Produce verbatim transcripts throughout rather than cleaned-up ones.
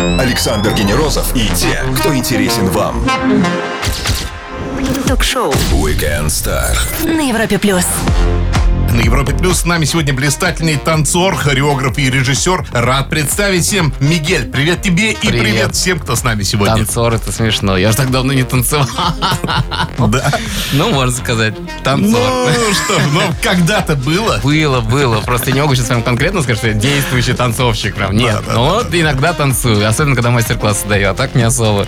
Александр Генерозов и те, кто интересен вам. Ток-шоу Weekend Star на Европе плюс. На Европе Плюс с нами сегодня блистательный танцор, хореограф и режиссер. Рад представить всем Мигель. Привет тебе и привет, привет всем, кто с нами сегодня. Танцор, это смешно. Я же так давно не танцевал. Да. Ну, можно сказать, танцор. Ну что, ну когда-то было? Было, было. Просто я не могу сейчас вам конкретно сказать, что я действующий танцовщик. Прям. Нет, да, но да, вот да. иногда танцую. Особенно, когда мастер-классы даю, а так не особо.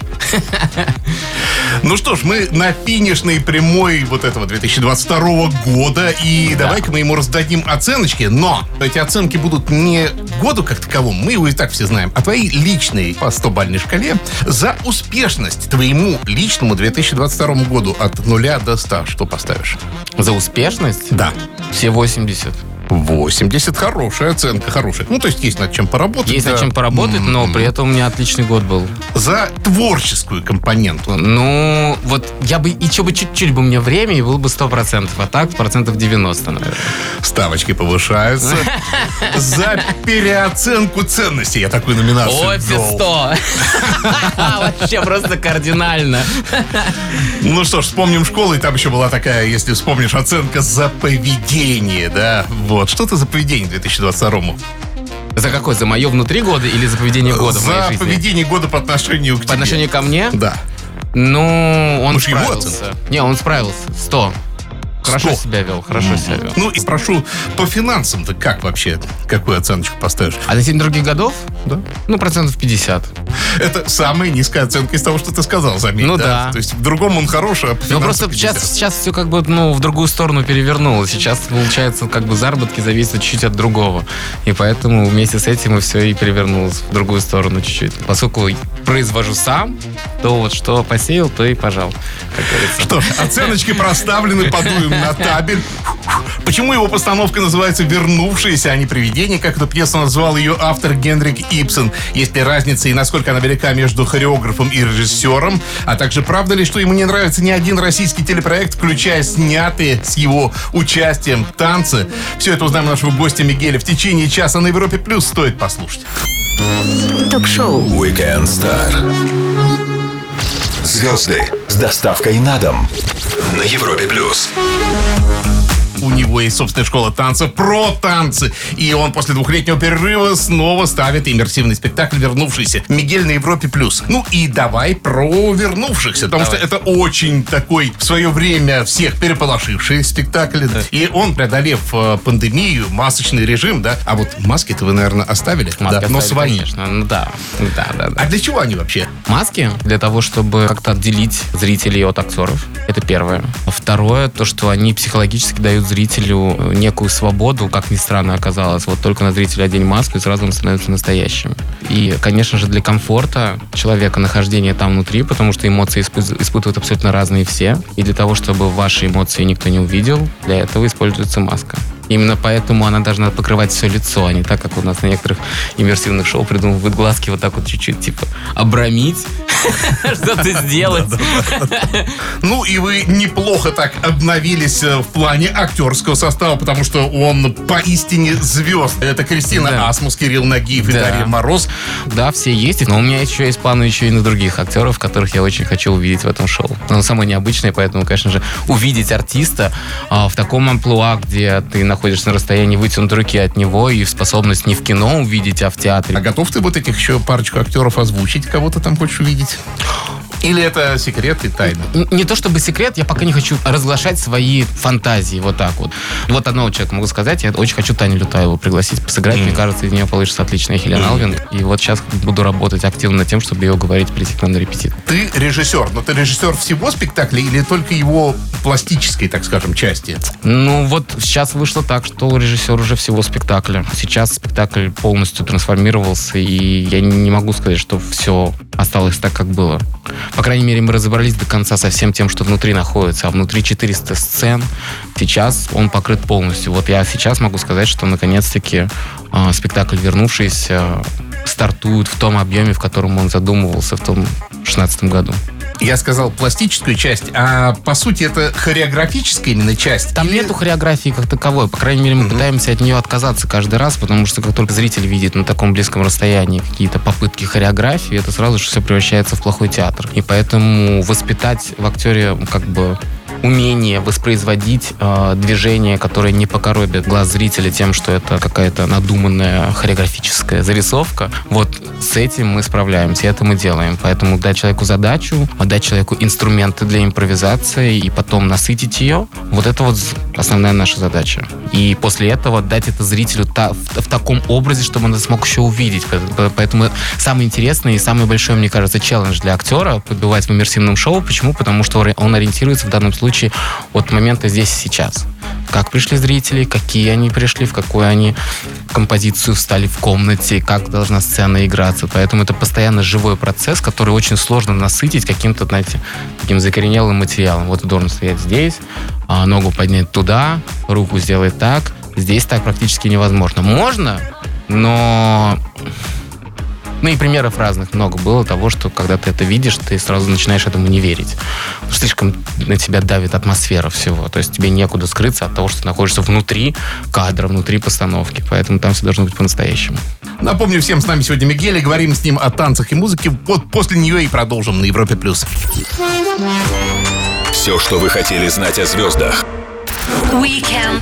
Ну что ж, мы на финишной прямой вот этого две тысячи двадцать второго года. И да. давай-ка мы ему раздадим оценочки. Но эти оценки будут не году как таковому, мы его и так все знаем, а твоей личной по сто-бальной шкале за успешность твоему личному две тысячи двадцать второму году от нуля до ста. Что поставишь? За успешность? Да. Все восемьдесят. восемьдесят. Хорошая оценка, хорошая. Ну, то есть есть над чем поработать. Есть да. над чем поработать, но Mm-hmm. при этом у меня отличный год был. За творческую компоненту. Ну, вот я бы, еще бы чуть-чуть бы мне время, и было бы сто процентов. А так, процентов девяносто, наверное. Ставочки повышаются. За переоценку ценностей я такую номинацию Ой, все сто. Вообще просто кардинально. Ну что ж, вспомним школу, и там еще была такая, если вспомнишь, оценка за поведение, да? Вот. Что это за поведение две тысячи двадцать второму? За какой? За мое внутри года или за поведение года в моей За жизни? поведение года по отношению к тебе. По отношению ко мне? Да. Ну, он Может, его справился. оценка? Не, он справился. Сто. Хорошо сто. себя вел, хорошо Mm-hmm. себя вел. Ну и спрошу, по финансам-то как вообще? Какую оценочку поставишь? А относительно других годов? Да. Ну, процентов пятьдесят. Это самая низкая оценка из того, что ты сказал, заметь. Ну да. да. То есть в другом он хороший, а по Ну, финансам просто пятьдесят. сейчас, сейчас все как бы, ну, в другую сторону перевернулось. Сейчас, получается, как бы заработки зависят чуть-чуть от другого. И поэтому вместе с этим и все и перевернулось в другую сторону чуть-чуть. Поскольку произвожу сам, то вот что посеял, то и пожал, как говорится. Что ж, оценочки проставлены, подуем на табель. Почему его постановка называется «Вернувшиеся», а не «Привидение», как эту пьесу назвал ее автор Генрик Ибсен? Есть ли разница и насколько она велика между хореографом и режиссером? А также правда ли, что ему не нравится ни один российский телепроект, включая снятые с его участием танцы? Все это узнаем у нашего гостя Мигеля в течение часа на Европе Плюс. Стоит послушать. Ток-шоу Weekend Star. Звезды с доставкой на дом на Европе Плюс. У него есть собственная школа танцев про танцы. И он после двухлетнего перерыва снова ставит иммерсивный спектакль «Вернувшийся». Мигель на Европе Плюс. Ну и давай про вернувшихся. Потому Давай. что это очень такой в свое время всех переполошивший спектакль. Да. И он, преодолев э, пандемию, масочный режим, да. А вот маски-то вы, наверное, оставили? Маски Да, но оставили, свои. конечно. Ну да, да, да, да. А для чего они вообще? Маски для того, чтобы как-то отделить зрителей от актеров. Это первое. Второе, то, что они психологически дают зрителю некую свободу, как ни странно оказалось. Вот только на зрителя одень маску, и сразу он становится настоящим. И, конечно же, для комфорта человека нахождение там внутри, потому что эмоции испы- испытывают абсолютно разные все. И для того, чтобы ваши эмоции никто не увидел, для этого используется маска. Именно поэтому она должна покрывать все лицо, а не так, как у нас на некоторых иммерсивных шоу придумывают глазки вот так вот чуть-чуть, типа, обрамить, что-то сделать. Ну и вы неплохо так обновились в плане актерского состава, потому что он поистине звезд. Это Кристина Да. Асмус, Кирилл Нагиев и Да. Дарья Мороз. Да, все есть, но у меня еще есть планы еще и на других актеров, которых я очень хочу увидеть в этом шоу. Он самый необычный, поэтому, конечно же, увидеть артиста а, в таком амплуа, где ты находишься на расстоянии вытянутой руки от него, и способность не в кино увидеть, а в театре. А готов ты вот этих еще парочку актеров озвучить? Кого-то там хочешь увидеть? Или это секрет и тайна? Н- Не то чтобы секрет, я пока не хочу разглашать свои фантазии вот так вот. Вот одного человека могу сказать, я очень хочу Таню Лютаеву пригласить посыграть. Mm. Мне кажется, из нее получится отличная Хелен Mm. Алвин. И вот сейчас буду работать активно над тем, чтобы ее уговорить прийти к нам на репетицию. Ты режиссер, но ты режиссер всего спектакля или только его пластической, так скажем, части? Ну вот сейчас вышло так, что режиссер уже всего спектакля. Сейчас спектакль полностью трансформировался, и я не могу сказать, что все осталось так, как было. По крайней мере, мы разобрались до конца со всем тем, что внутри находится. А внутри четыреста сцен. Сейчас он покрыт полностью. Вот я сейчас могу сказать, что наконец-таки э, спектакль «Вернувшийся» стартует в том объеме, в котором он задумывался в том шестнадцатом году. Я сказал пластическую часть, а по сути это хореографическая именно часть? Там Или... нету хореографии как таковой. По крайней мере, мы mm-hmm. пытаемся от нее отказаться каждый раз, потому что как только зритель видит на таком близком расстоянии какие-то попытки хореографии, это сразу же все превращается в плохой театр. И поэтому воспитать в актере как бы умение воспроизводить э, движения, которые не покоробят глаз зрителя тем, что это какая-то надуманная хореографическая зарисовка. Вот с этим мы справляемся, и это мы делаем. Поэтому дать человеку задачу, дать человеку инструменты для импровизации и потом насытить ее, вот это вот основная наша задача. И после этого дать это зрителю та, в, в таком образе, чтобы он это смог еще увидеть. Поэтому самый интересный и самый большой, мне кажется, челлендж для актера побывать в иммерсивном шоу. Почему? Потому что он ориентируется в данном случае от момента здесь и сейчас. Как пришли зрители, какие они пришли, в какую они композицию встали в комнате, как должна сцена играться. Поэтому это постоянно живой процесс, который очень сложно насытить каким-то, знаете, таким закоренелым материалом. Вот должен стоять здесь, ногу поднять туда, руку сделать так. Здесь так практически невозможно. Можно, но... Ну и примеров разных много было того, что когда ты это видишь, ты сразу начинаешь этому не верить. Слишком на тебя давит атмосфера всего. То есть тебе некуда скрыться от того, что ты находишься внутри кадра, внутри постановки. Поэтому там все должно быть по-настоящему. Напомню всем, с нами сегодня Мигель, и говорим с ним о танцах и музыке. Вот после нее и продолжим на Европе+. Все, что вы хотели знать о звездах. Weekend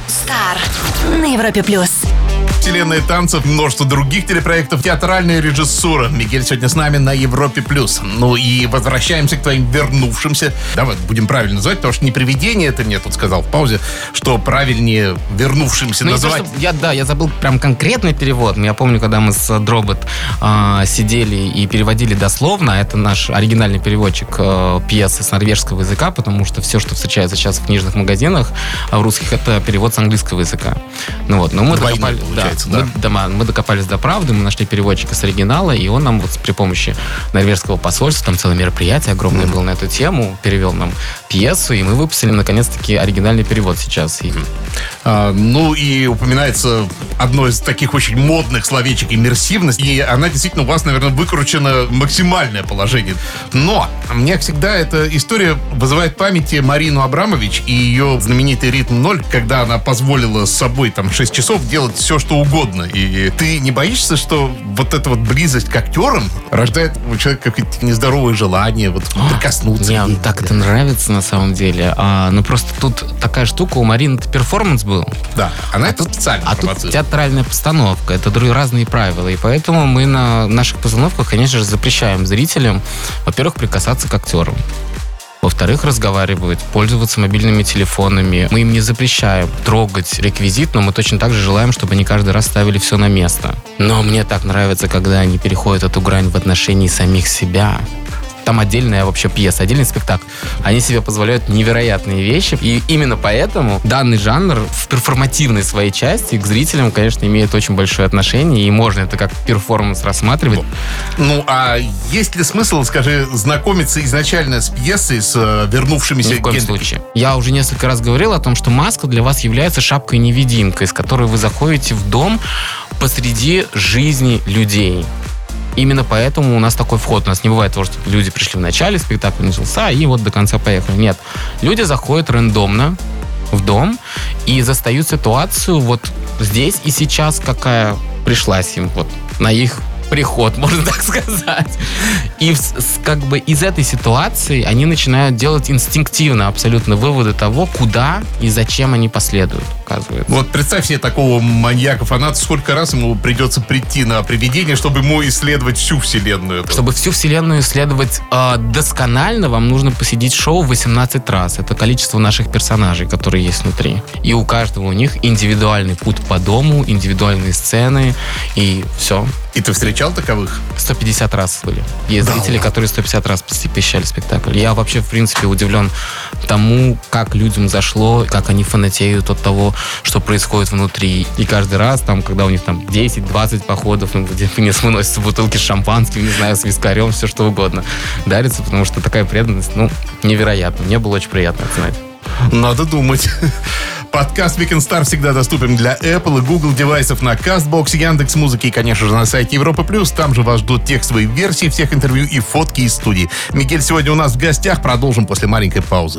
Star на Европе+. Вселенная танцев, множество других телепроектов, театральная режиссура. Мигель сегодня с нами на Европе+. Ну и возвращаемся к твоим вернувшимся. Давай будем правильно называть, потому что не привидение, ты мне тут сказал в паузе, что правильнее вернувшимся ну, называть. То, я, да, я забыл прям конкретный перевод. Я помню, когда мы с Дробот э, сидели и переводили дословно, это наш оригинальный переводчик э, пьесы с норвежского языка, потому что все, что встречается сейчас в книжных магазинах, а в русских, это перевод с английского языка. Ну вот, но мы докопали, да, да. Мы, да, мы докопались до правды, мы нашли переводчика с оригинала, и он нам вот при помощи норвежского посольства, там целое мероприятие огромное mm-hmm. было на эту тему, перевел нам пьесу, и мы выпустили, наконец-таки, оригинальный перевод сейчас. Mm-hmm. А, ну и упоминается одно из таких очень модных словечек — иммерсивность, и она действительно у вас, наверное, выкручена максимальное положение. Но мне всегда эта история вызывает в памяти Марину Абрамович и ее знаменитый ритм ноль, когда она позволила с собой там шесть часов делать все, что угодно. И ты не боишься, что вот эта вот близость к актерам рождает у человека какое-то нездоровое желание вот прикоснуться? Мне он так это нравится на самом деле. А, ну просто тут такая штука, у Марины перформанс был. Да, она а это тут, специально А тут театральная постановка, это разные правила. И поэтому мы на наших постановках, конечно же, запрещаем зрителям, во-первых, прикасаться к актерам. Во-вторых, разговаривать, пользоваться мобильными телефонами. Мы им не запрещаем трогать реквизит, но мы точно так же желаем, чтобы они каждый раз ставили все на место. Но мне так нравится, когда они переходят эту грань в отношении самих себя. Там отдельная вообще пьеса, отдельный спектакль. Они себе позволяют невероятные вещи. И именно поэтому данный жанр в перформативной своей части к зрителям, конечно, имеет очень большое отношение. И можно это как перформанс рассматривать. Ну, а есть ли смысл, скажи, знакомиться изначально с пьесой, с э, вернувшимися... Ни в коем случае. Я уже несколько раз говорил о том, что маска для вас является шапкой-невидимкой, с которой вы заходите в дом посреди жизни людей. Именно поэтому у нас такой вход. У нас не бывает того, что люди пришли в начале, спектакль начался, и вот до конца поехали. Нет. Люди заходят рандомно в дом и застают ситуацию вот здесь и сейчас, какая пришлась им вот на их приход, можно так сказать. И с, как бы из этой ситуации они начинают делать инстинктивно абсолютно выводы того, куда и зачем они последуют, оказывается. Вот представь себе такого маньяка-фаната, сколько раз ему придется прийти на привидение, чтобы ему исследовать всю вселенную. Эту. Чтобы всю вселенную исследовать э, досконально, вам нужно посетить шоу восемнадцать раз. Это количество наших персонажей, которые есть внутри. И у каждого у них индивидуальный путь по дому, индивидуальные сцены, и все. И ты встречал таковых? сто пятьдесят раз были. Есть да, зрители, ладно. которые сто пятьдесят раз посещали спектакль. Я вообще, в принципе, удивлен тому, как людям зашло, как они фанатеют от того, что происходит внутри. И каждый раз, там, когда у них там десять-двадцать походов, ну, где вниз выносятся бутылки с шампанским, не знаю, с вискарем, все что угодно, дарится, потому что такая преданность, ну, невероятно. Мне было очень приятно это знать. Надо думать. Подкаст Weekend Star всегда доступен для Apple и Google девайсов на CastBox, Яндекс.Музыке и, конечно же, на сайте Европы Плюс. Там же вас ждут текстовые версии всех интервью и фотки из студии. Мигель сегодня у нас в гостях. Продолжим после маленькой паузы.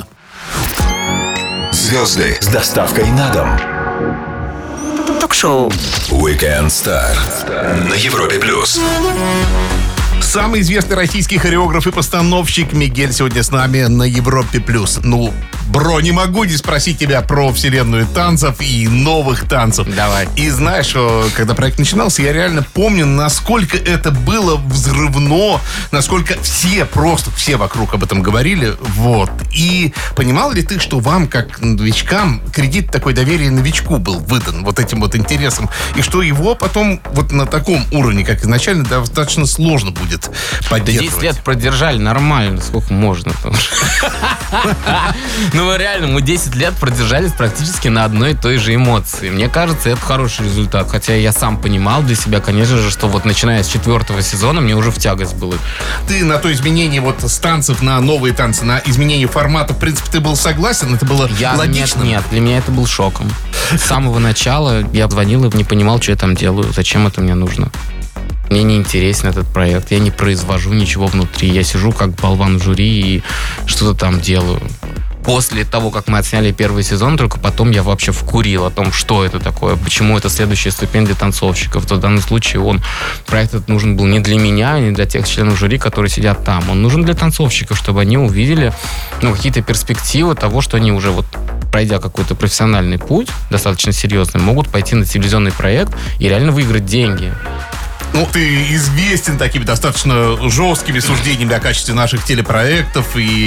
Звезды с доставкой на дом. Ток-шоу Weekend Star на Европе Плюс. Самый известный российский хореограф и постановщик Мигель сегодня с нами на Европе Плюс. Ну, бро, не могу не спросить тебя про вселенную танцев и новых танцев. Давай. И знаешь, когда проект начинался, я реально помню, насколько это было взрывно, насколько все, просто все вокруг об этом говорили. Вот. И понимал ли ты, что вам, как новичкам, кредит такой доверия новичку был выдан вот этим вот интересом, и что его потом вот на таком уровне, как изначально, достаточно сложно будет поддерживать? десять лет продержали нормально, сколько можно. Ну, мы реально, мы десять лет продержались практически на одной и той же эмоции. Мне кажется, это хороший результат. Хотя я сам понимал для себя, конечно же, что вот начиная с четвертого сезона мне уже в тягость было. Ты на то изменение вот с танцев на новые танцы, на изменение формата, в принципе, ты был согласен? Это было я, логично? Нет, нет, для меня это был шоком. С самого начала я звонил и не понимал, что я там делаю, зачем это мне нужно. Мне не интересен этот проект, я не произвожу ничего внутри, я сижу как болван в жюри и что-то там делаю. После того, как мы отсняли первый сезон, только потом я вообще вкурил о том, что это такое, почему это следующая ступень для танцовщиков. В данном случае он, проект этот нужен был не для меня, не для тех членов жюри, которые сидят там. Он нужен для танцовщиков, чтобы они увидели, ну, какие-то перспективы того, что они уже вот, пройдя какой-то профессиональный путь, достаточно серьезный, могут пойти на телевизионный проект и реально выиграть деньги. Ну, ты известен такими достаточно жесткими суждениями о качестве наших телепроектов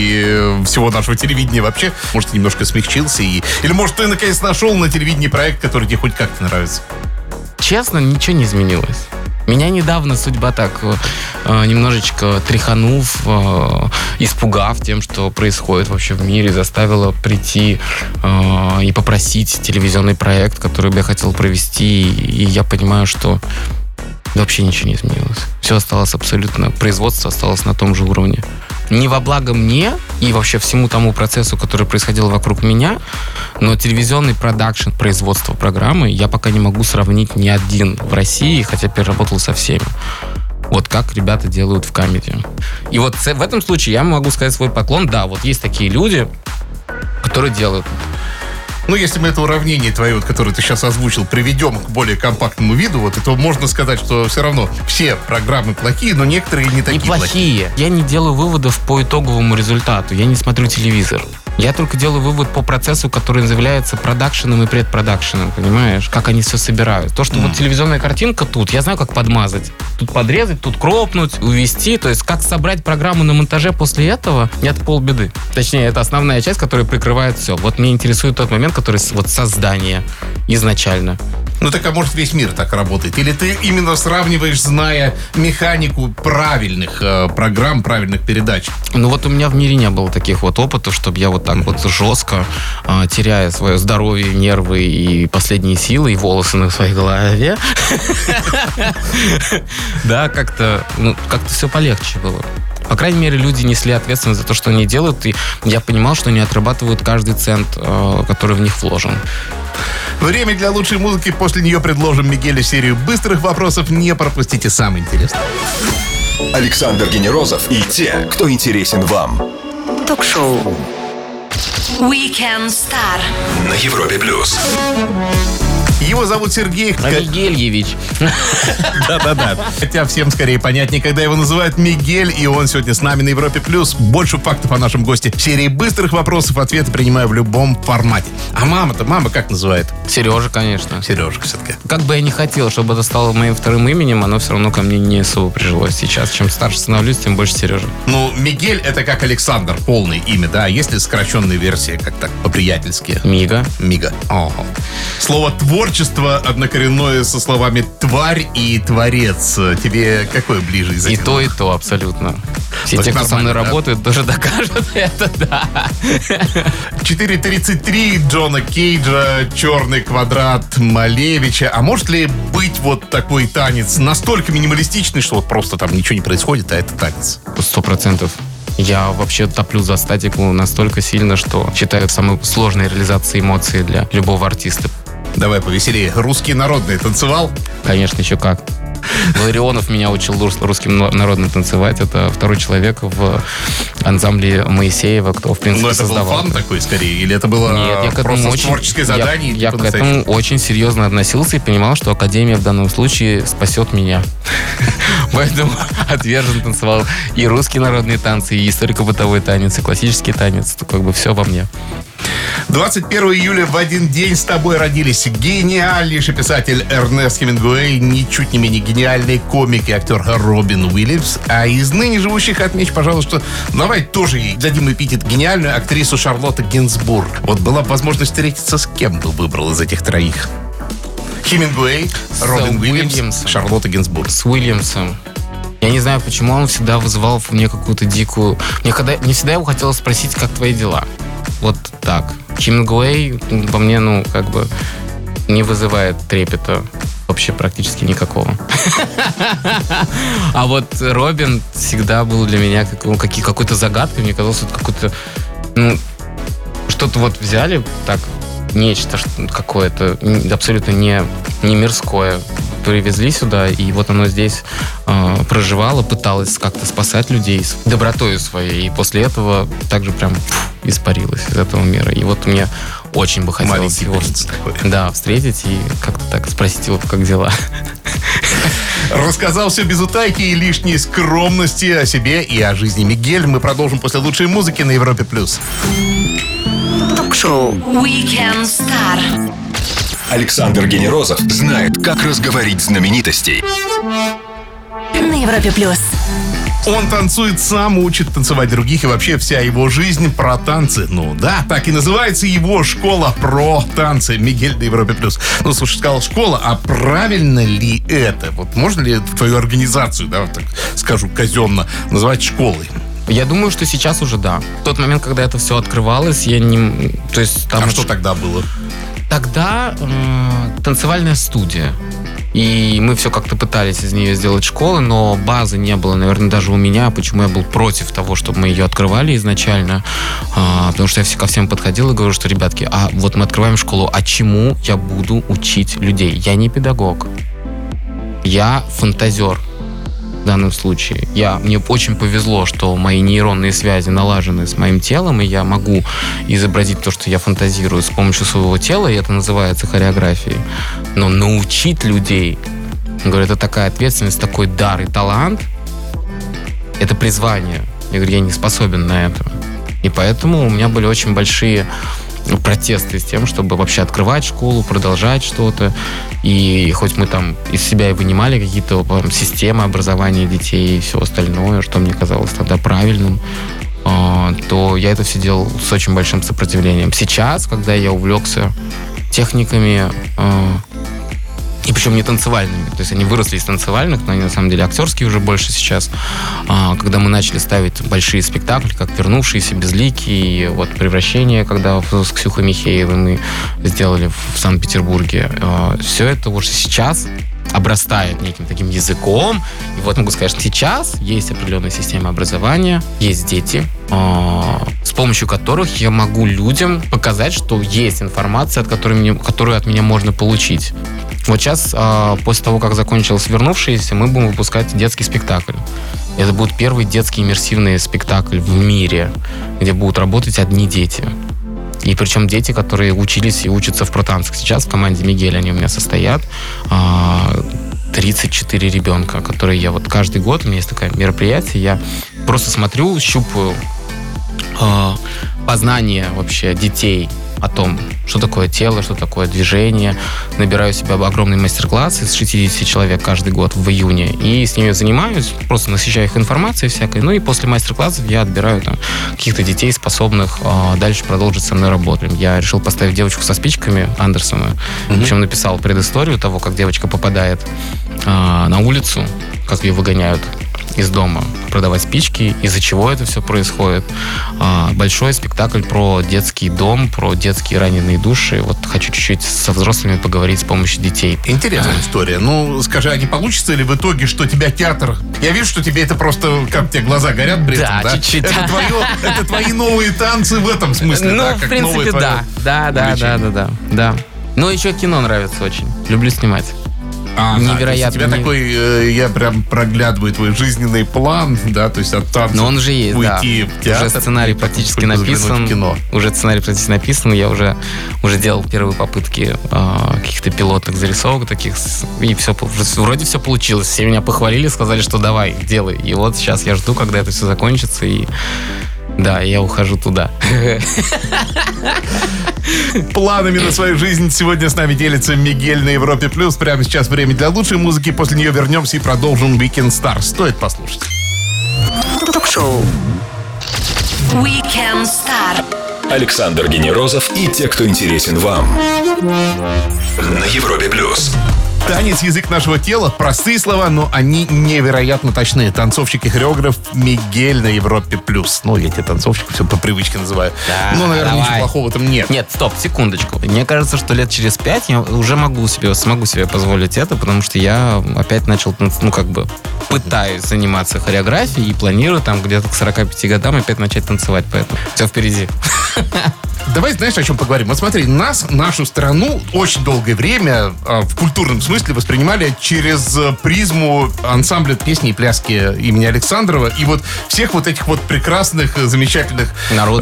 и всего нашего телевидения вообще. Может, ты немножко смягчился? И... Или, может, ты, наконец, нашел на телевидении проект, который тебе хоть как-то нравится? Честно, ничего не изменилось. Меня недавно судьба так э, немножечко тряханув, э, испугав тем, что происходит вообще в мире, заставила прийти э, и попросить телевизионный проект, который бы я хотел провести. И, и я понимаю, что вообще ничего не изменилось. Все осталось абсолютно, производство осталось на том же уровне. Не во благо мне и вообще всему тому процессу, который происходил вокруг меня, но телевизионный продакшн, производство программы я пока не могу сравнить ни один в России, хотя переработал со всеми. Вот как ребята делают в камеди. И вот в этом случае я могу сказать свой поклон. Да, вот есть такие люди, которые делают. Ну, если мы это уравнение твое, вот, которое ты сейчас озвучил, приведем к более компактному виду, вот, то можно сказать, что все равно все программы плохие, но некоторые не такие плохие. плохие. Я не делаю выводов по итоговому результату. Я не смотрю телевизор. Я только делаю вывод по процессу, который является продакшеном и предпродакшеном, понимаешь? Как они все собирают. То, что mm. вот телевизионная картинка тут, я знаю, как подмазать. Тут подрезать, тут кропнуть, увести. То есть, как собрать программу на монтаже после этого, это полбеды. Точнее, это основная часть, которая прикрывает все. Вот меня интересует тот момент, который вот создание изначально. Ну так, а может, весь мир так работает? Или ты именно сравниваешь, зная механику правильных э, программ, правильных передач? Ну вот у меня в мире не было таких вот опытов, чтобы я вот так вот жестко, э, теряя свое здоровье, нервы и последние силы, и волосы на своей голове, да, как-то, ну, как-то все полегче было. По крайней мере, люди несли ответственность за то, что они делают, и я понимал, что они отрабатывают каждый цент, который в них вложен. Время для лучшей музыки. После нее предложим Мигелю серию быстрых вопросов. Не пропустите самое интересное. Александр Генерозов и те, кто интересен вам. Ток-шоу Weekend Star На Европе Плюс. Его зовут Сергей Мигельевич. Да-да-да. Хотя всем скорее понятнее, когда его называют Мигель, и он сегодня с нами на Европе Плюс. Больше фактов о нашем госте. В серии быстрых вопросов, ответы принимаю в любом формате. А мама-то, мама как называет? Сережа, конечно. Сережка все-таки. Как бы я не хотел, чтобы это стало моим вторым именем, оно все равно ко мне не особо прижилось сейчас. Чем старше становлюсь, тем больше Сережа. Ну, Мигель — это как Александр, полное имя, да? Есть ли сокращенная версия, как так, по-приятельски? Мига. Мига. Ого. Слово «творчество» однокоренное со словами «тварь» и «творец». Тебе какое ближе из этих? И то, и то, абсолютно. Все то те, кто со мной да? работают, тоже докажут это, да. четыре тридцать три Джона Кейджа, «Черный квадрат» Малевича. А может ли быть вот такой танец настолько минималистичный, что вот просто там ничего не происходит, а это танец? Сто процентов. Я вообще топлю за статику настолько сильно, что считаю это самой сложной реализацией эмоций для любого артиста. Давай повеселее. Русский народный танцевал? Конечно, еще как. Ларионов меня учил русским народным танцевать. Это второй человек в ансамбле Моисеева, кто, в принципе, Но это создавал. был фан такой, скорее? Или это было Нет, я к просто этому очень, творческое задание? Я, я к этому очень серьезно относился и понимал, что Академия в данном случае спасет меня. Поэтому отверженно танцевал и русские народные танцы, и историко-бытовой танец, и классический танец. Это как бы все во мне. двадцать первого июля в один день с тобой родились гениальнейший писатель Эрнест Хемингуэй, ничуть не менее гениальный комик и актер Робин Уильямс. А из ныне живущих отмечу, пожалуйста, давай тоже ей дадим эпитет гениальную актрису Шарлотта Гинзбург. Вот была бы возможность встретиться, с кем бы выбрал из этих троих? Хемингуэй, С Робин Уильямс, Уильямсом. Шарлотта Гинзбург. С Уильямсом. Я не знаю, почему он всегда вызывал в мне какую-то дикую... Мне, когда... мне всегда его хотелось спросить, как твои дела. Вот так. Хемингуэй по мне, ну, как бы не вызывает трепета вообще практически никакого. А вот Робин всегда был для меня какой-то загадкой. Мне казалось, что какой-то... Ну, что-то вот взяли так, нечто какое-то абсолютно не, не мирское, привезли сюда, и вот оно здесь э, проживало, пыталось как-то спасать людей с добротой своей, и после этого также прям фу, испарилось из этого мира. И вот мне очень бы хотелось его да, встретить и как-то так спросить его, как дела. Рассказал все без утайки и лишней скромности о себе и о жизни Мигель. Мы продолжим после лучшей музыки на Европе+. Ток-шоу Weekend Star. Александр Генерозов знает, как разговорить знаменитостей. На Европе плюс. Он танцует сам, учит танцевать других, и вообще вся его жизнь про танцы. Ну да, так и называется его школа про танцы. Мигель на Европе плюс. Ну, слушай, сказал школа, а правильно ли это? Вот можно ли твою организацию, да, вот так скажу казенно, называть школой? Я думаю, что сейчас уже да. В тот момент, когда это все открывалось, я не... То есть, там а уж... что тогда было? Тогда э, танцевальная студия. И мы все как-то пытались из нее сделать школу, но базы не было, наверное, даже у меня. Почему я был против того, чтобы мы ее открывали изначально? А, потому что я ко всем подходил и говорю, что, ребятки, а вот мы открываем школу, а чему я буду учить людей? Я не педагог. Я фантазер. В данном случае. Я, мне очень повезло, что мои нейронные связи налажены с моим телом, и я могу изобразить то, что я фантазирую с помощью своего тела, и это называется хореографией. Но научить людей, говорю, это такая ответственность, такой дар и талант, это призвание. Я говорю, я не способен на это. И поэтому у меня были очень большие протесты с тем, чтобы вообще открывать школу, продолжать что-то. И хоть мы там из себя и вынимали какие-то там, системы образования детей и все остальное, что мне казалось тогда правильным, э, то я это все делал с очень большим сопротивлением. Сейчас, когда я увлекся техниками, э, и причем не танцевальными, то есть они выросли из танцевальных, но они на самом деле актерские уже больше сейчас. А, когда мы начали ставить большие спектакли, как «Вернувшиеся», «Безликий», вот «Превращение», когда с Ксюхой Михеевой мы сделали в Санкт-Петербурге, а, все это уже сейчас обрастает неким таким языком. И вот могу сказать, что сейчас есть определенная система образования, есть дети, э, с помощью которых я могу людям показать, что есть информация, от которой мне, которую от меня можно получить. Вот сейчас, э, после того, как закончилось «Вернувшиеся», мы будем выпускать детский спектакль. Это будет первый детский иммерсивный спектакль в мире, где будут работать одни дети. И причем дети, которые учились и учатся в протанцах. Сейчас в команде Мигель они у меня состоят. тридцать четыре ребенка, которые я вот каждый год, у меня есть такое мероприятие, я просто смотрю, щупаю познание вообще детей о том, что такое тело, что такое движение. Набираю себе огромный мастер-класс из шестидесяти человек каждый год в июне. И с ними занимаюсь, просто насыщаю их информацией всякой. Ну и после мастер-классов я отбираю там каких-то детей, способных э, дальше продолжить со мной работать. Я решил поставить девочку со спичками Андерсона. Mm-hmm. Причем написал предысторию того, как девочка попадает э, на улицу, как ее выгоняют из дома продавать спички. Из-за чего это все происходит? А, большой спектакль про детский дом, про детские раненые души. Вот хочу чуть-чуть со взрослыми поговорить с помощью детей. Интересная история. Ну, скажи, а не получится ли в итоге, что тебя театр... Я вижу, что тебе это просто... Как у тебя глаза горят при этом, да? чуть-чуть. Это, твое, это твои новые танцы в этом смысле, ну, да? в Как принципе, да. Да, да, да, да, да, да. Ну, еще кино нравится очень. Люблю снимать. А, невероятно. У тебя не... такой, э, я прям проглядываю твой жизненный план, да, то есть от танцев Но он уже есть, уйти да. в театр. Уже сценарий практически написан. Кино. Уже сценарий практически написан. Я уже, уже делал первые попытки э, каких-то пилотных зарисовок таких. И все, вроде все получилось. Все меня похвалили, сказали, что давай, делай. И вот сейчас я жду, когда это все закончится. И да, я ухожу туда. Планами на свою жизнь сегодня с нами делится Мигель на Европе Плюс. Прямо сейчас время для лучшей музыки. После нее вернемся и продолжим Weekend Star. Стоит послушать. Ток-шоу Weekend Star. Александр Генерозов и те, кто интересен вам. На Европе Плюс. Танец — язык нашего тела. Простые слова, но они невероятно точные. Танцовщик и хореограф Мигель на Европе Плюс. Ну, я тебе танцовщик все по привычке называю. Да, ну, наверное, давай. ничего плохого там нет. Нет, стоп, секундочку. Мне кажется, что лет через пять я уже могу себе, смогу себе позволить это, потому что я опять начал, ну, как бы, пытаюсь заниматься хореографией и планирую там где-то к сорока пяти годам опять начать танцевать, поэтому все впереди. Давай, знаешь, о чем поговорим? Вот смотри, нас, нашу страну очень долгое время э, в культурном смысле воспринимали через э, призму ансамбля песни и пляски имени Александрова и вот всех вот этих вот прекрасных, э, замечательных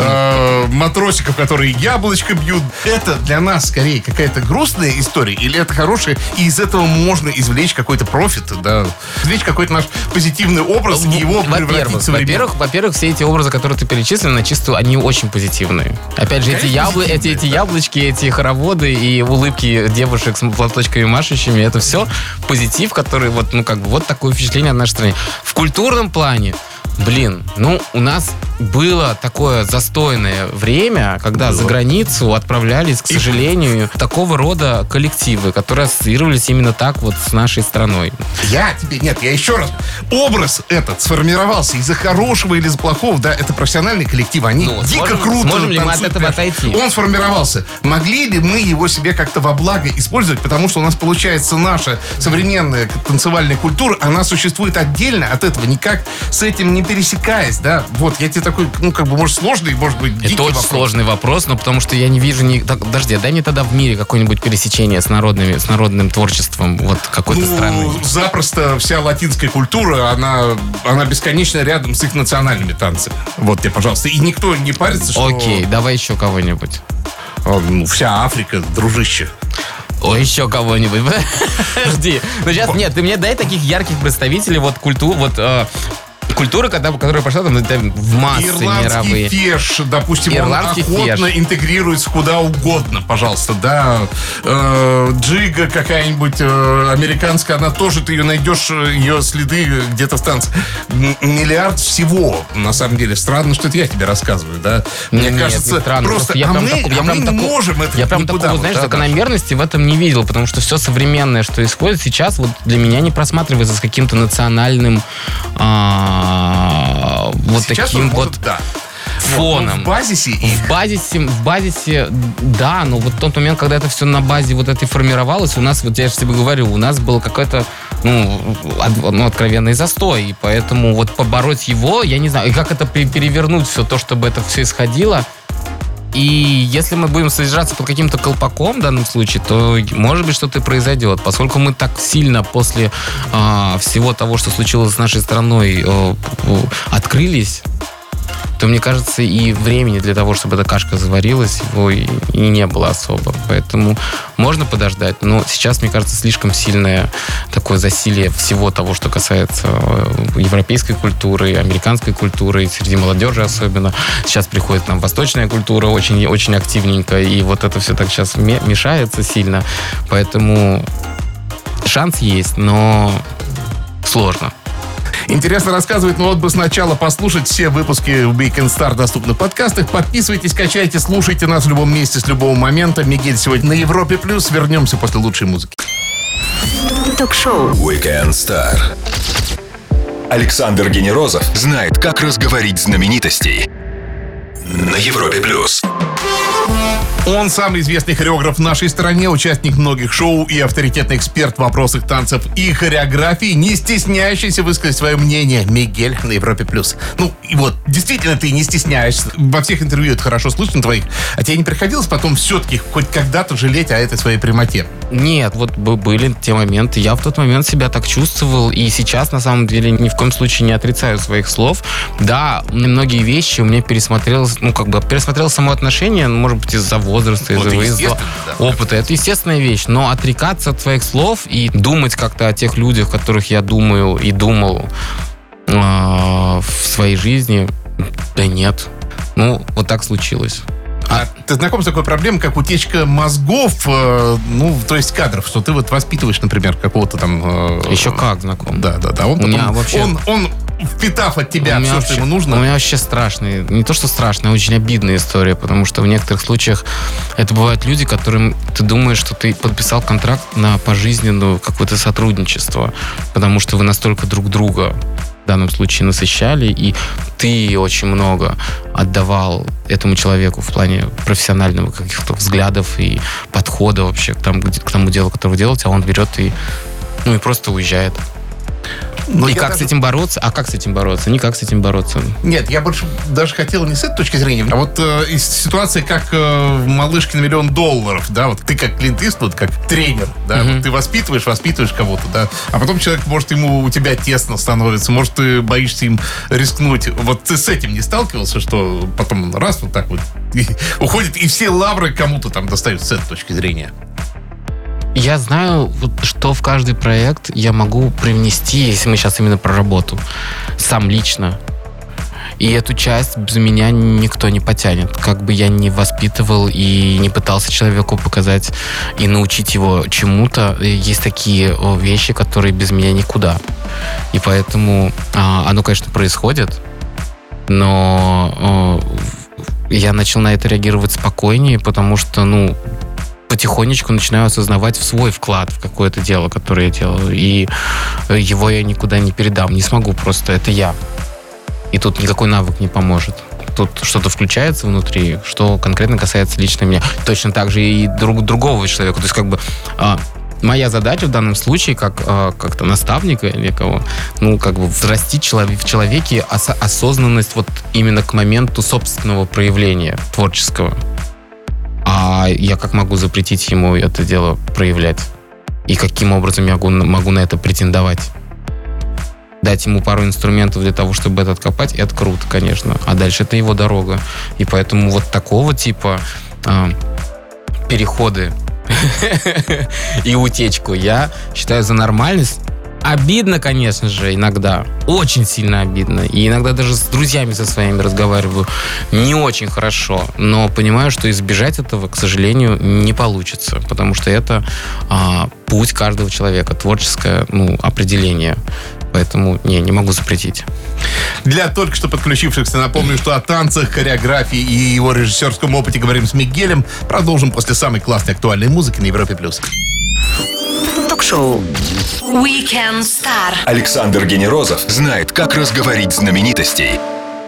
э, матросиков, которые яблочко бьют. Это для нас скорее какая-то грустная история или это хорошая, и из этого можно извлечь какой-то профит, да, извлечь какой-то наш позитивный образ и его превратить в современный. Во-первых, во-первых, все эти образы, которые ты перечислил, на чистую, они очень позитивные. Опять же, эти, ябло... эти, эти яблочки, эти хороводы и улыбки девушек с платочками машущими, это все позитив, который вот, ну, как бы, вот такое впечатление от нашей страны. В культурном плане, блин, ну, у нас было такое застойное время, когда за границу отправлялись, к сожалению, такого рода коллективы, которые ассоциировались именно так вот с нашей страной. Я тебе, нет, я еще раз. Образ этот сформировался из-за хорошего или из-за плохого, да, это профессиональные коллективы, они Ну, дико сможем- круто сможем ли мы от танцуют, этого понимаешь? отойти? Он сформировался. Могли ли мы его себе как-то во благо использовать, потому что у нас получается наша современная танцевальная культура, она существует отдельно от этого, никак с этим не пересекаясь, да. Вот, я тебе такой, ну, как бы, может, сложный, может быть, дикий Это очень вопрос. сложный вопрос, но потому что я не вижу ни... Так, подожди, дай мне тогда в мире какое-нибудь пересечение с народными, с народным творчеством вот какой-то Ну, страны. запросто вся латинская культура, она, она бесконечно рядом с их национальными танцами. Вот тебе, пожалуйста. И никто не парится, что... Окей, давай еще кого-нибудь. а, ну, вся Африка, дружище. О, еще кого-нибудь. Подожди. Ну сейчас, нет, ты мне дай таких ярких представителей вот культур, вот э, культуры, когда, которая пошла там, там в массы Ирландский мировые. феш, допустим, Ирландский он охотно феш. интегрируется куда угодно, пожалуйста, да. Э, джига какая-нибудь э, американская, она тоже, ты ее найдешь, ее следы где-то в танце. М- Миллиард всего, на самом деле. Странно, что это я тебе рассказываю, да. Мне Нет, кажется, не странно. просто, я а прям мы, таку- я а прям мы не таку- можем это Я прям никуда, такого, вот, знаешь, да, да. закономерности в этом не видел, потому что все современное, что исходит сейчас, вот для меня не просматривается с каким-то национальным а, вот Сейчас таким он может, вот да. фоном. В базисе и В базисе, в базисе, да, но вот в тот момент, когда это все на базе вот этой формировалось, у нас, вот я же тебе говорю, у нас был какой-то, ну, от- ну, откровенный застой, и поэтому вот побороть его, я не знаю, и как это пе- перевернуть все то, чтобы это все исходило. И если мы будем содержаться под каким-то колпаком в данном случае, то, может быть, что-то и произойдет. Поскольку мы так сильно после а, всего того, что случилось с нашей страной, а, открылись, то, мне кажется, и времени для того, чтобы эта кашка заварилась, его и, и не было особо. Поэтому можно подождать. Но сейчас, мне кажется, слишком сильное такое засилие всего того, что касается европейской культуры, американской культуры, и среди молодежи особенно. Сейчас приходит нам восточная культура очень, очень активненько, и вот это все так сейчас мешается сильно. Поэтому шанс есть, но сложно. Интересно рассказывает, но вот бы сначала послушать все выпуски Weekend Star доступны в подкастах. Подписывайтесь, качайте, слушайте нас в любом месте, с любого момента. Мигель сегодня на Европе Плюс. Вернемся после лучшей музыки. Ток-шоу Weekend Star. Александр Генерозов знает, как разговорить знаменитостей на Европе плюс. Он самый известный хореограф в нашей стране, участник многих шоу и авторитетный эксперт в вопросах танцев и хореографии, не стесняющийся высказать свое мнение. Мигель на Европе плюс. Ну, и вот, действительно, ты не стесняешься. Во всех интервью это хорошо слышно твоих. А тебе не приходилось потом все-таки хоть когда-то жалеть о этой своей прямоте? Нет, вот были те моменты. Я в тот момент себя так чувствовал. И сейчас, на самом деле, ни в коем случае не отрицаю своих слов. Да, многие вещи у меня пересмотрелось, ну, как бы, пересмотрел само отношение, ну, может быть, из-за возраста, из-за выезда, да, опыта. Это естественная вещь. Но отрекаться от своих слов и думать как-то о тех людях, о которых я думаю и думал э, в своей жизни, да нет. Ну, вот так случилось. А ты знаком с такой проблемой, как утечка мозгов, э, ну, то есть кадров, что ты вот воспитываешь, например, какого-то там... Э, Еще как знаком. Да, да, да. Он, потом, меня вообще... он, он, впитав от тебя все, вообще, что ему нужно... У меня вообще страшная, не то что страшная, а очень обидная история, потому что в некоторых случаях это бывают люди, которым ты думаешь, что ты подписал контракт на пожизненное какое-то сотрудничество, потому что вы настолько друг друга в данном случае насыщали, и ты очень много отдавал этому человеку в плане профессионального каких-то взглядов и подхода вообще к тому, к тому делу, которое вы делаете, а он берет и, ну, и просто уезжает. Но и как даже... с этим бороться? А как с этим бороться? Никак с этим бороться. Нет, я больше даже хотел не с этой точки зрения, а вот э, из ситуации, как э, в «Малышке на миллион долларов», да, вот ты как Клинт Иствуд, как тренер, да, Uh-huh. вот ты воспитываешь, воспитываешь кого-то, да, а потом человек, может, ему у тебя тесно становится, может, ты боишься им рискнуть. Вот ты с этим не сталкивался, что потом раз вот так вот и уходит, и все лавры кому-то там достаются с этой точки зрения? Я знаю, вот, что в каждый проект я могу привнести, если мы сейчас именно про работу, сам лично. И эту часть без меня никто не потянет. Как бы я ни воспитывал и не пытался человеку показать и научить его чему-то, есть такие вещи, которые без меня никуда. И поэтому а, оно, конечно, происходит, но а, я начал на это реагировать спокойнее, потому что, ну, потихонечку начинаю осознавать свой вклад в какое-то дело, которое я делаю. И его я никуда не передам. Не смогу просто. Это я. И тут никакой навык не поможет. Тут что-то включается внутри, что конкретно касается лично меня. Точно так же и друг, другого человека. То есть как бы а, моя задача в данном случае, как а, как-то наставника некого, ну, как бы взрастить человек, в человеке ос- осознанность вот именно к моменту собственного проявления творческого. А я как могу запретить ему это дело проявлять? И каким образом я могу, могу на это претендовать? Дать ему пару инструментов для того, чтобы это откопать, это круто, конечно. А дальше это его дорога. И поэтому вот такого типа э, переходы и утечку я считаю за нормальность. Обидно, конечно же, иногда. Очень сильно обидно. И иногда даже с друзьями со своими разговариваю не очень хорошо. Но понимаю, что избежать этого, к сожалению, не получится. Потому что это а, путь каждого человека. Творческое, ну, определение. Поэтому не, не могу запретить. Для только что подключившихся напомню, что о танцах, хореографии и его режиссерском опыте говорим с Мигелем. Продолжим после самой классной актуальной музыки на Европе+. Ток-шоу Weekend Star. Александр Генерозов знает, как разговорить знаменитостей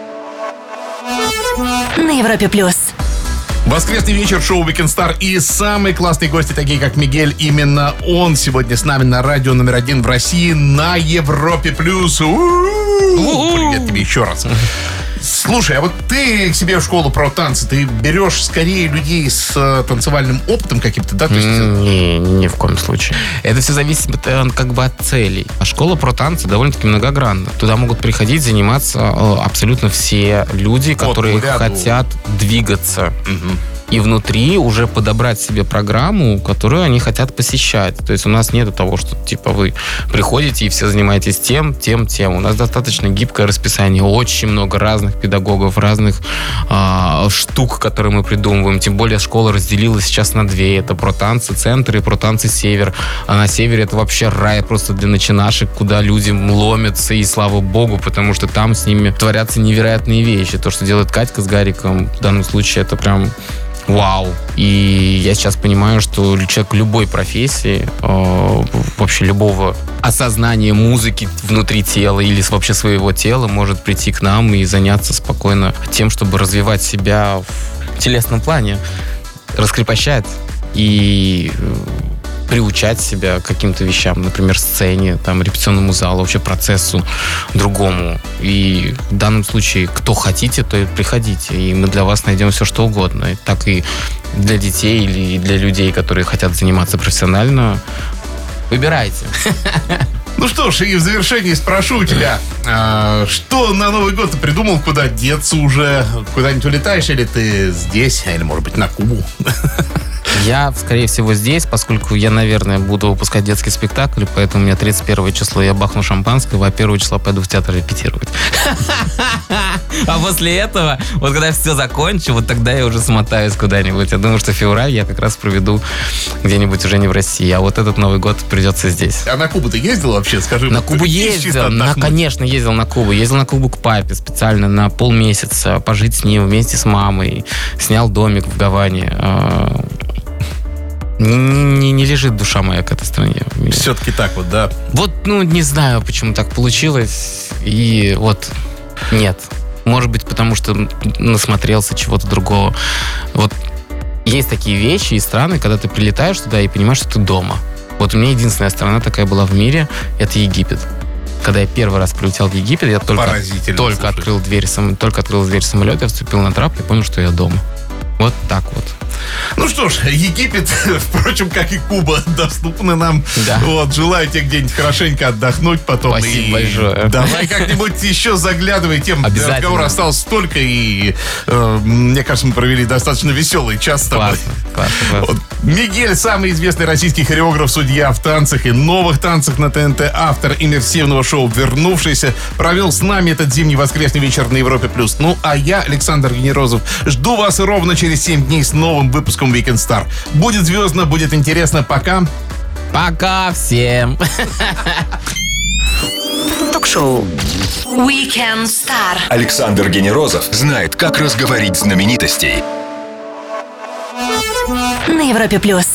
На Европе+. Воскресный вечер, шоу Weekend Star и самые классные гости, такие как Мигель. Именно он сегодня с нами на радио номер один в России на Европе+. У-у-у! Привет тебе еще раз. Слушай, а вот ты к себе в школу про танцы, ты берешь скорее людей с э, танцевальным опытом каким-то, да? То есть... Не, ни в коем случае. Это все зависит э, как бы от целей. А школа про танцы довольно-таки многогранна. Туда могут приходить заниматься э, абсолютно все люди, которые вот, хотят двигаться. Угу. И внутри уже подобрать себе программу, которую они хотят посещать. То есть у нас нет того, что типа вы приходите и все занимаетесь тем, тем, тем. У нас достаточно гибкое расписание, очень много разных педагогов, разных а, штук, которые мы придумываем. Тем более школа разделилась сейчас на две. Это про танцы центр и про танцы север. А на севере это вообще рай просто для начинашек, куда люди ломятся, и слава богу, потому что там с ними творятся невероятные вещи. То, что делает Катька с Гариком, в данном случае это прям вау. И я сейчас понимаю, что человек любой профессии, э, вообще любого осознания музыки внутри тела или вообще своего тела может прийти к нам и заняться спокойно тем, чтобы развивать себя в телесном плане, раскрепощать и приучать себя к каким-то вещам, например, сцене, там, репетиционному залу, вообще процессу другому. И в данном случае, кто хотите, то и приходите. И мы для вас найдем все, что угодно. И так и для детей или для людей, которые хотят заниматься профессионально. Выбирайте. Ну что ж, и в завершении спрошу у тебя, а, что на Новый год ты придумал, куда деться уже? Куда-нибудь улетаешь, или ты здесь, или, может быть, на Кубу? Я, скорее всего, здесь, поскольку я, наверное, буду выпускать детский спектакль, поэтому у меня тридцать первое число я бахну шампанского, а первого числа пойду в театр репетировать. А после этого, вот когда все закончу, вот тогда я уже смотаюсь куда-нибудь. Я думаю, что февраль я как раз проведу где-нибудь уже не в России, а вот этот Новый год придется здесь. А на Кубу ты ездил вообще, скажи? На Кубу ездил, на, конечно, ездил на Кубу. Ездил на Кубу к папе специально на полмесяца, пожить с ним вместе с мамой. Снял домик в Гаване. Не, не, не лежит душа моя к этой стране. Все-таки так вот, да? Вот, ну, не знаю, почему так получилось. И вот, нет. Может быть, потому что насмотрелся чего-то другого. Вот есть такие вещи и страны, когда ты прилетаешь туда и понимаешь, что ты дома. Вот у меня единственная страна такая была в мире, это Египет. Когда я первый раз прилетел в Египет, я только, только открыл дверь, только открыл дверь самолета, я вступил на трап, я понял, что я дома. Вот так вот. Ну что ж, Египет, впрочем, как и Куба, доступны нам. Да. Вот, желаю тебе где-нибудь хорошенько отдохнуть потом. Спасибо и большое. Давай как-нибудь еще заглядывай. Тем разговора осталось столько, и э, мне кажется, мы провели достаточно веселый час с тобой. Классно, классно, классно. Вот. Мигель, самый известный российский хореограф, судья в танцах и новых танцах на ТНТ, автор иммерсивного шоу «Вернувшийся», провел с нами этот зимний воскресный вечер на Европе+. Ну, а я, Александр Генерозов, жду вас ровно через семь дней с новым выпуском Weekend Star. Будет звездно, будет интересно. Пока. Пока всем. Ток-шоу Weekend Star. Александр Генерозов знает, как разговорить знаменитостей. На Европе+. плюс.